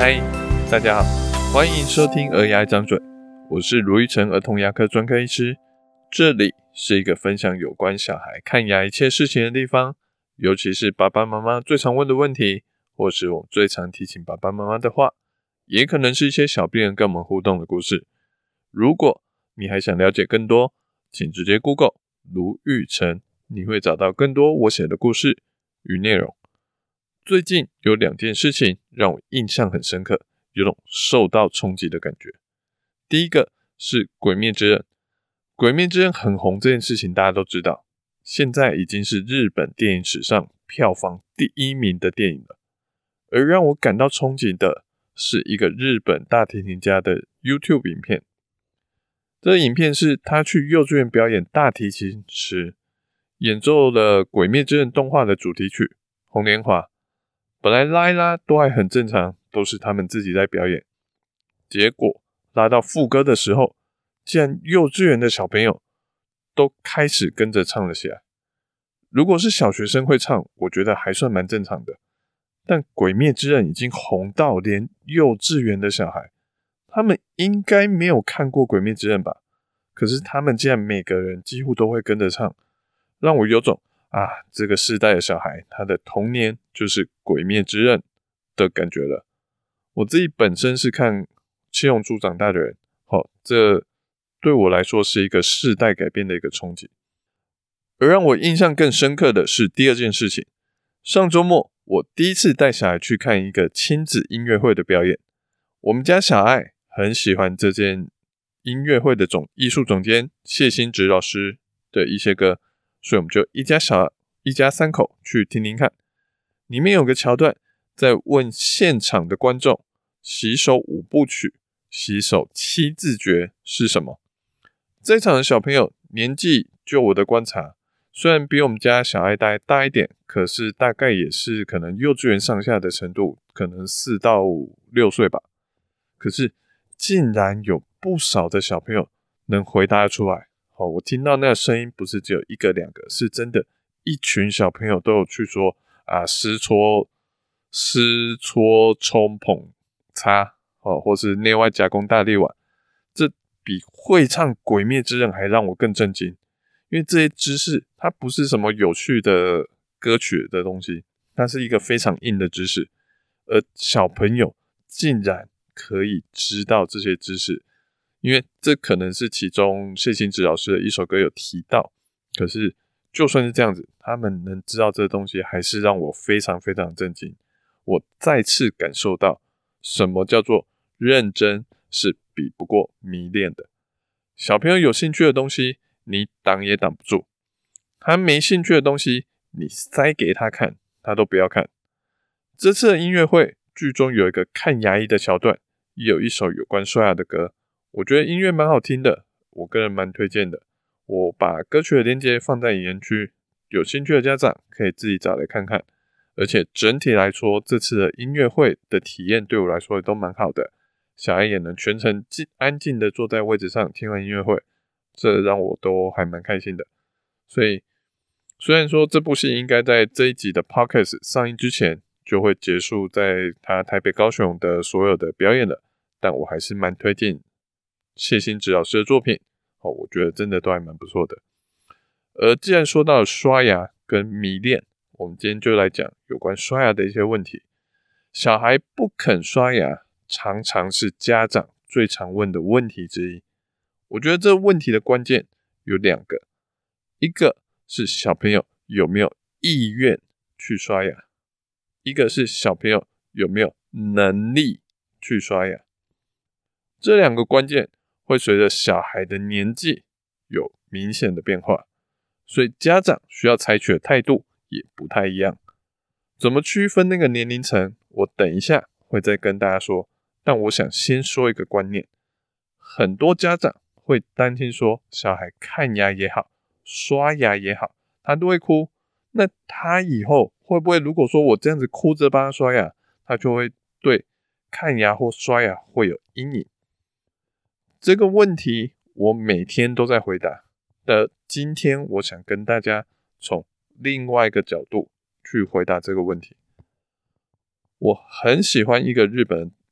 嗨，大家好，欢迎收听儿牙一张嘴，我是卢玉成儿童牙科专科医师，这里是一个分享有关小孩看牙一切事情的地方，尤其是爸爸妈妈最常问的问题，或是我最常提醒爸爸妈妈的话，也可能是一些小病人跟我们互动的故事。如果你还想了解更多，请直接 Google 卢玉成，你会找到更多我写的故事与内容。最近有2件事情让我印象很深刻，有种受到冲击的感觉。第一个是《鬼灭之刃》，《鬼灭之刃》很红这件事情大家都知道，现在已经是日本电影史上票房第1名的电影了。而让我感到冲击的是一个日本大提琴家的 YouTube 影片。这个影片是他去幼稚园表演大提琴时，演奏了《鬼灭之刃》动画的主题曲《红莲华》。本来拉一拉都还很正常，都是他们自己在表演。结果拉到副歌的时候，竟然幼稚园的小朋友都开始跟着唱了起来。如果是小学生会唱，我觉得还算蛮正常的。但《鬼灭之刃》已经红到连幼稚园的小孩，他们应该没有看过《鬼灭之刃》吧？可是他们竟然每个人几乎都会跟着唱，让我有种这个世代的小孩，他的童年就是《鬼灭之刃》的感觉了。我自己本身是看七龙珠长大的人，这对我来说是一个世代改变的一个冲击。而让我印象更深刻的是第2件事情，上周末我第一次带小孩去看一个亲子音乐会的表演。我们家小爱很喜欢这件音乐会的艺术总监谢欣植老师的一些歌，所以我们就一家3口去听听看。里面有个桥段在问现场的观众，洗手5部曲、洗手7字诀是什么。这场的小朋友年纪，就我的观察，虽然比我们家小爱大一点，可是大概也是可能幼稚园上下的程度，可能4到6岁吧。可是竟然有不少的小朋友能回答出来。我听到那个声音不是只有1个2个，是真的一群小朋友都有去说湿搓冲捧擦，或是内外夹攻大力丸。这比会唱《鬼灭之刃》还让我更震惊，因为这些知识它不是什么有趣的歌曲的东西，它是一个非常硬的知识，而小朋友竟然可以知道这些知识，因为这可能是其中谢欣植老师的一首歌有提到。可是就算是这样子，他们能知道这东西，还是让我非常非常震惊。我再次感受到什么叫做认真是比不过迷恋的。小朋友有兴趣的东西，你挡也挡不住；他没兴趣的东西，你塞给他看，他都不要看。这次的音乐会，剧中有一个看牙医的桥段，也有一首有关刷牙的歌，我觉得音乐蛮好听的，我个人蛮推荐的。我把歌曲的链接放在影言区，有兴趣的家长可以自己找来看看。而且整体来说，这次的音乐会的体验对我来说也都蛮好的，小孩也能全程安静的坐在位置上听完音乐会，这让我都还蛮开心的。所以虽然说这部戏应该在这一集的 Podcast 上映之前就会结束在他台北高雄的所有的表演了，但我还是蛮推荐谢欣植老师的作品，我觉得真的都还蛮不错的。而既然说到了刷牙跟迷恋，我们今天就来讲有关刷牙的一些问题。小孩不肯刷牙，常常是家长最常问的问题之一。我觉得这问题的关键有2个，一个是小朋友有没有意愿去刷牙，一个是小朋友有没有能力去刷牙。这2个关键会随着小孩的年纪有明显的变化，所以家长需要采取的态度也不太一样。怎么区分那个年龄层，我等一下会再跟大家说，但我想先说一个观念。很多家长会担心说，小孩看牙也好，刷牙也好，他都会哭，那他以后会不会如果说我这样子哭着帮他刷牙，他就会对看牙或刷牙会有阴影？这个问题我每天都在回答的，今天我想跟大家从另外一个角度去回答这个问题。我很喜欢一个日本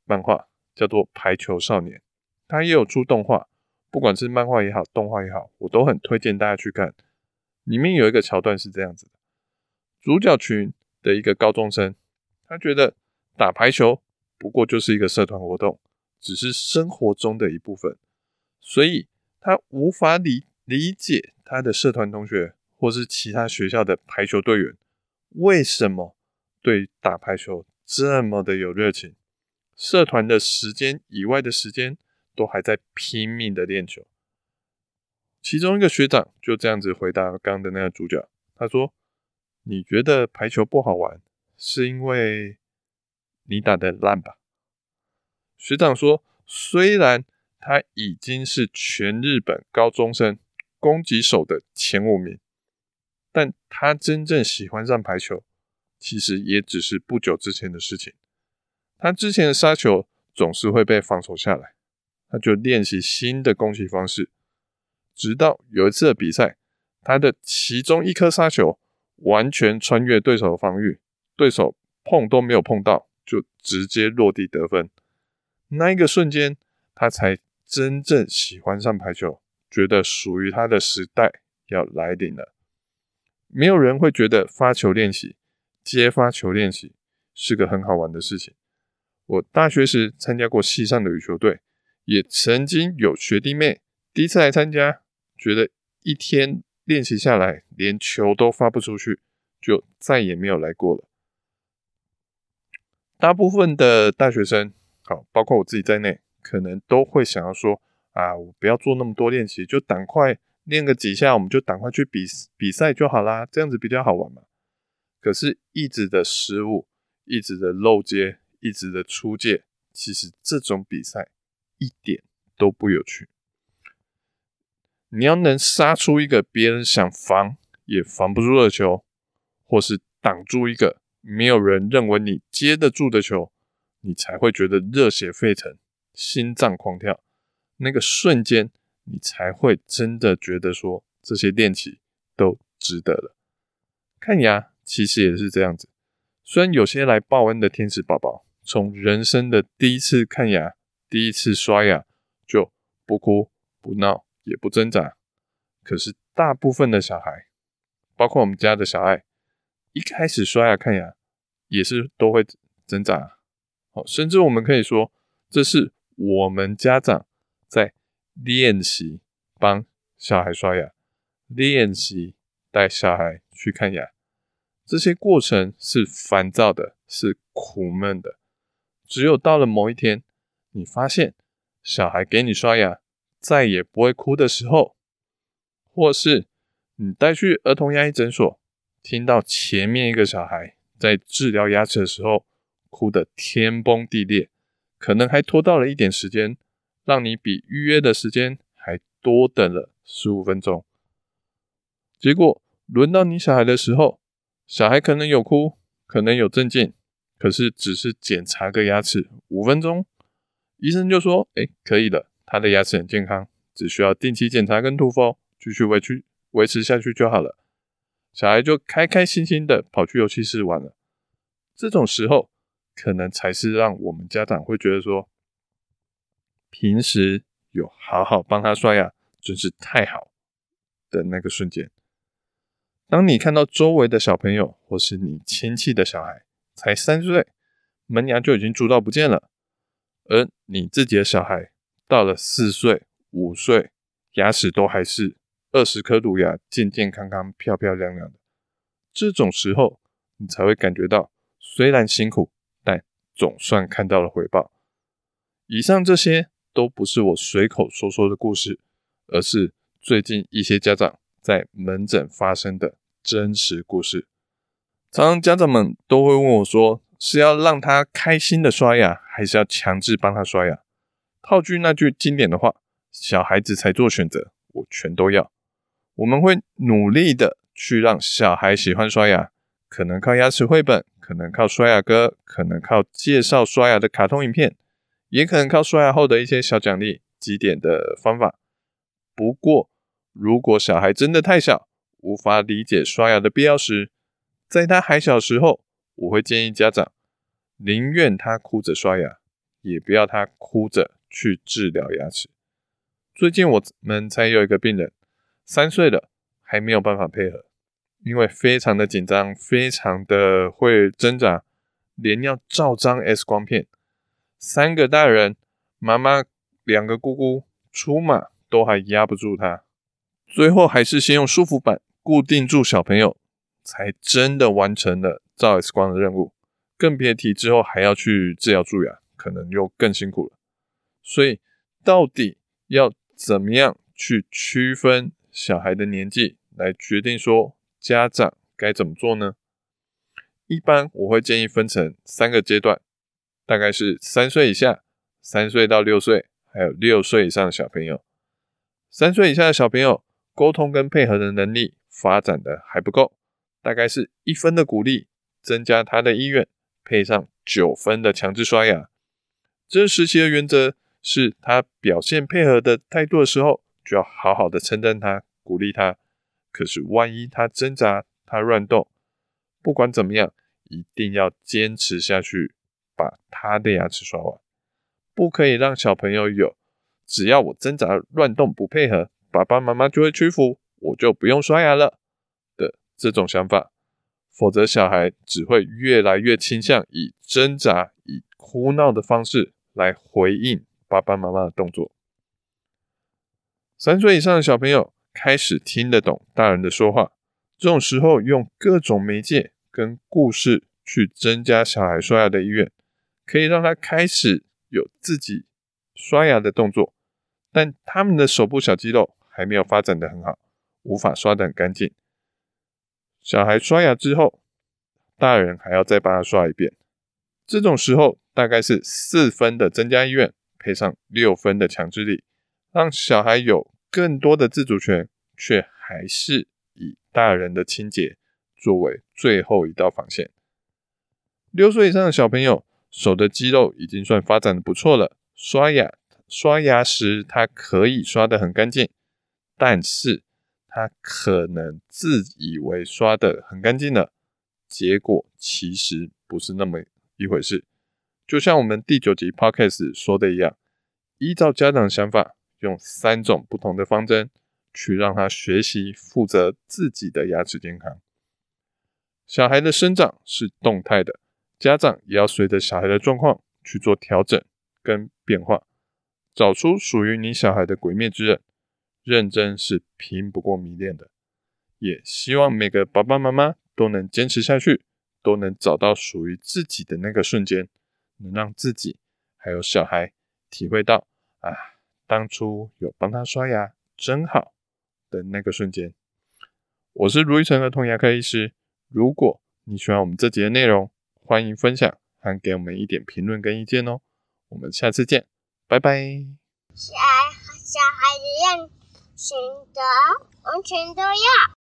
漫画，叫做《排球少年》，它也有出动画，不管是漫画也好，动画也好，我都很推荐大家去看。里面有一个桥段是这样子的，主角群的一个高中生，他觉得打排球不过就是一个社团活动，只是生活中的一部分，所以他无法理解他的社团同学或是其他学校的排球队员为什么对打排球这么的有热情，社团的时间以外的时间都还在拼命的练球。其中一个学长就这样子回答刚刚的那个主角，他说，你觉得排球不好玩是因为你打得烂吧？学长说，虽然他已经是全日本高中生攻击手的前5名，但他真正喜欢上排球其实也只是不久之前的事情。他之前的杀球总是会被防守下来，他就练习新的攻击方式，直到有一次的比赛，他的其中一颗杀球完全穿越对手的防御，对手碰都没有碰到，就直接落地得分。那一个瞬间，他才真正喜欢上排球，觉得属于他的时代要来临了。没有人会觉得发球练习、接发球练习是个很好玩的事情。我大学时参加过系上的羽球队，也曾经有学弟妹第一次来参加，觉得一天练习下来连球都发不出去，就再也没有来过了。大部分的大学生，好，包括我自己在内，可能都会想要说，我不要做那么多练习，就赶快练个几下，我们就赶快去比赛就好啦，这样子比较好玩嘛。可是一直的失误，一直的漏接，一直的出界，其实这种比赛一点都不有趣。你要能杀出一个别人想防也防不住的球，或是挡住一个没有人认为你接得住的球，你才会觉得热血沸腾，心脏狂跳。那个瞬间，你才会真的觉得说这些练习都值得了。看牙其实也是这样子，虽然有些来报恩的天使宝宝，从人生的第一次看牙、第一次刷牙就不哭不闹也不挣扎，可是大部分的小孩，包括我们家的小爱，一开始刷牙看牙也是都会挣扎，甚至我们可以说这是我们家长在练习帮小孩刷牙，练习带小孩去看牙，这些过程是烦躁的，是苦闷的。只有到了某一天，你发现小孩给你刷牙再也不会哭的时候，或是你带去儿童牙医诊所，听到前面一个小孩在治疗牙齿的时候哭得天崩地裂，可能还拖到了一点时间，让你比预约的时间还多等了15分钟。结果轮到你小孩的时候，小孩可能有哭，可能有镇静，可是只是检查个牙齿5分钟，医生就说可以了，他的牙齿很健康，只需要定期检查跟涂氟，继续维持下去就好了。小孩就开开心心的跑去游戏室玩了。这种时候可能才是让我们家长会觉得说，平时有好好帮他刷牙真是太好的那个瞬间。当你看到周围的小朋友或是你亲戚的小孩才3岁，门牙就已经蛀到不见了，而你自己的小孩到了4岁、5岁，牙齿都还是20颗乳牙，健健康康、漂漂亮亮的，这种时候你才会感觉到虽然辛苦，但总算看到了回报。以上这些都不是我随口说说的故事，而是最近一些家长在门诊发生的真实故事。常常家长们都会问我说，是要让他开心的刷牙，还是要强制帮他刷牙？套句那句经典的话，小孩子才做选择，我全都要。我们会努力的去让小孩喜欢刷牙，可能靠牙齿绘本，可能靠刷牙歌，可能靠介绍刷牙的卡通影片，也可能靠刷牙后的一些小奖励、积点的方法。不过，如果小孩真的太小，无法理解刷牙的必要时，在他还小时候，我会建议家长宁愿他哭着刷牙， 也不要他哭着去治疗牙齿。最近我们才有一个病人，3岁了还没有办法配合，因为非常的紧张，非常的会挣扎，连要照张 X 光片，3个大人，妈妈2个姑姑出马都还压不住他，最后还是先用束缚板固定住小朋友，才真的完成了照 X 光的任务，更别提之后还要去治疗蛀牙，可能又更辛苦了。所以到底要怎么样去区分小孩的年纪，来决定说家长该怎么做呢？一般我会建议分成3个阶段，大概是3岁以下、3岁到6岁，还有6岁以上的小朋友。3岁以下的小朋友沟通跟配合的能力发展的还不够，大概是1分的鼓励增加他的意愿，配上9分的强制刷牙。这时期的原则是他表现配合的态度的时候，就要好好的称赞他，鼓励他。可是万一他挣扎，他乱动，不管怎么样，一定要坚持下去，把他的牙齿刷完。不可以让小朋友有只要我挣扎乱动不配合，爸爸妈妈就会屈服，我就不用刷牙了的这种想法。否则小孩只会越来越倾向以挣扎、以哭闹的方式来回应爸爸妈妈的动作。3岁以上的小朋友开始听得懂大人的说话，这种时候用各种媒介跟故事去增加小孩刷牙的意愿，可以让他开始有自己刷牙的动作，但他们的手部小肌肉还没有发展得很好，无法刷得很干净。小孩刷牙之后，大人还要再帮他刷一遍。这种时候大概是4分的增加意愿，配上6分的强制力，让小孩有更多的自主权，却还是以大人的清洁作为最后一道防线。6岁以上的小朋友，手的肌肉已经算发展的不错了，刷牙时他可以刷得很干净，但是他可能自以为刷得很干净了，结果其实不是那么一回事。就像我们第9集 Podcast 说的一样，依照家长的想法，用3种不同的方针去让他学习负责自己的牙齿健康。小孩的生长是动态的，家长也要随着小孩的状况去做调整跟变化，找出属于你小孩的鬼灭之刃。认真是拼不过迷恋的，也希望每个爸爸妈妈都能坚持下去，都能找到属于自己的那个瞬间，能让自己还有小孩体会到当初有帮他刷牙真好的那个瞬间。我是卢玉成儿童牙科医师，如果你喜欢我们这集的内容，欢迎分享和给我们一点评论跟意见哦。我们下次见，拜拜。 小孩的样选择完全都要。